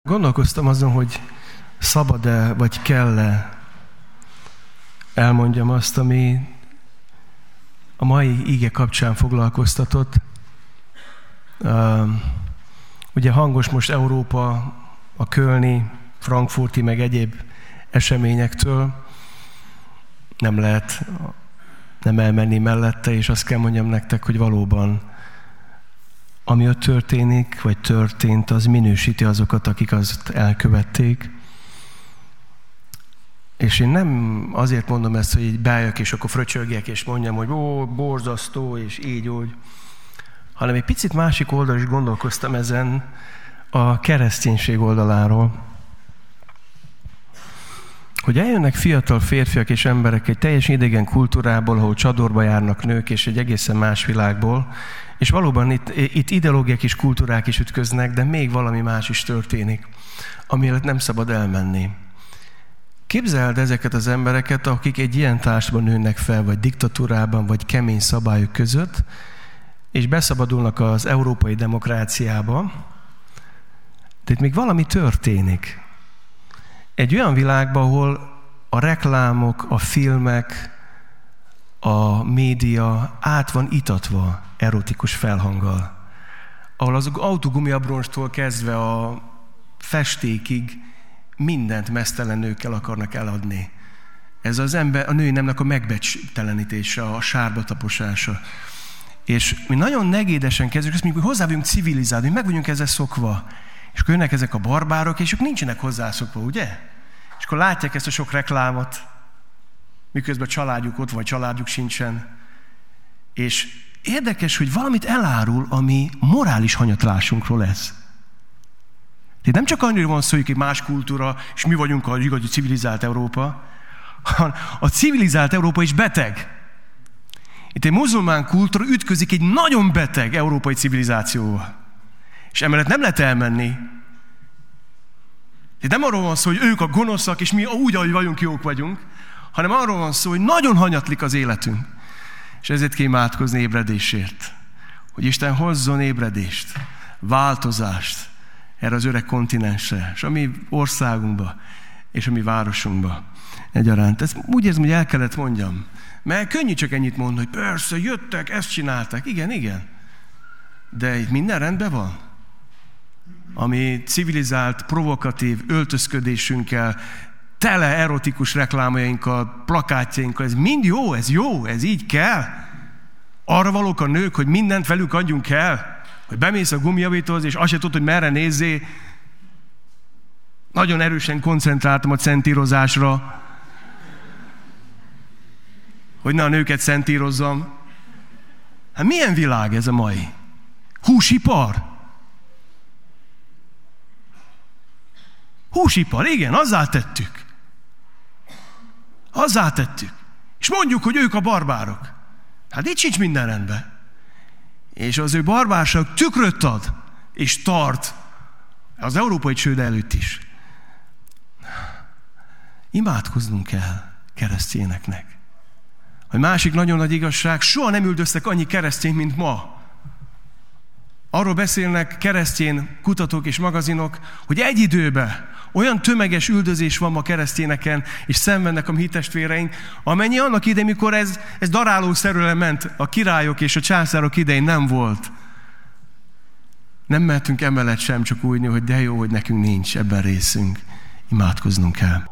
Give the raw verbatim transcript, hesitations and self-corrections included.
Gondolkoztam azon, hogy szabad-e, vagy kell-e elmondjam azt, ami a mai ige kapcsán foglalkoztatott. Uh, ugye hangos most Európa, a kölni, frankfurti, meg egyéb eseményektől. Nem lehet nem elmenni mellette, és azt kell mondjam nektek, hogy valóban ami ott történik, vagy történt, az minősíti azokat, akik azt elkövették. És én nem azért mondom ezt, hogy így beálljak, és akkor fröcsögjek, és mondjam, hogy ó, borzasztó, és így úgy, hanem egy picit másik oldalról is gondolkoztam ezen, a kereszténység oldaláról. Hogy eljönnek fiatal férfiak és emberek egy teljesen idegen kultúrából, ahol csadorba járnak nők, és egy egészen más világból, és valóban itt, itt ideológiák és kultúrák is ütköznek, de még valami más is történik, amiért nem szabad elmenni. Képzeld ezeket az embereket, akik egy ilyen társadalomban nőnek fel, vagy diktatúrában, vagy kemény szabályok között, és beszabadulnak az európai demokráciába, de itt még valami történik. Egy olyan világban, ahol a reklámok, a filmek, a média át van itatva erotikus felhanggal. Ahol az autogumiabronstól kezdve a festékig mindent meztelen nőkkel akarnak eladni. Ez az ember, a női nemnek a megbecstelenítése, a sárba taposása. És mi nagyon negédesen kezdjük, azt mondjuk, hogy hozzá vagyunk civilizálni, hogy meg vagyunk ezzel szokva. És akkor jönnek ezek a barbárok, és ők nincsenek hozzászokva, ugye? És akkor látják ezt a sok reklámot, miközben családjuk ott van, családjuk sincsen. És érdekes, hogy valamit elárul, ami morális hanyatlásunkról lesz. Tehát nem csak annyira van szó, hogy egy más kultúra, és mi vagyunk a igazi civilizált Európa, hanem a civilizált Európa is beteg. Itt egy muzulmán kultúra ütközik egy nagyon beteg európai civilizációval. És emellett nem lehet elmenni. Tehát nem arról van szó, hogy ők a gonoszak, és mi úgy, ahogy vagyunk, jók vagyunk, hanem arról van szó, hogy nagyon hanyatlik az életünk. És ezért kell imádkozni ébredésért. Hogy Isten hozzon ébredést, változást erre az öreg kontinensre, és a mi országunkba, és a mi városunkba egyaránt. Ezt úgy érzem, hogy el kellett mondjam. Mert könnyű csak ennyit mondani, hogy persze, jöttek, ezt csinálták. Igen, igen. De itt minden rendben van. Ami civilizált, provokatív öltözködésünkkel, tele erotikus reklámjainkkal, plakátjainkkal, ez mind jó, ez jó, ez így kell. Arra valók a nők, hogy mindent velük adjunk el, hogy bemész a gumijavítóhoz, és azt se tudod, hogy merre nézzé. Nagyon erősen koncentráltam a centírozásra, hogy ne a nőket szentírozzam. Hát milyen világ ez a mai? Húsipar? Húsipar, igen, azzá tettük. Azzá tettük. És mondjuk, hogy ők a barbárok. Hát itt sincs minden rendben. És az ő barbárság tükröt ad, és tart az európai csőd előtt is. Imádkoznunk kell keresztényeknek. A másik nagyon nagy igazság, soha nem üldöztek annyi keresztényt, mint ma. Arról beszélnek keresztény kutatók és magazinok, hogy egy időben olyan tömeges üldözés van ma keresztényeken, és szenvednek a mi hittestvéreink, amennyi annak idején, mikor ez, ez darálószerűen ment, a királyok és a császárok idején nem volt. Nem mehetünk emellett sem csak úgy, hogy de jó, hogy nekünk nincs ebben részünk. Imádkoznunk kell.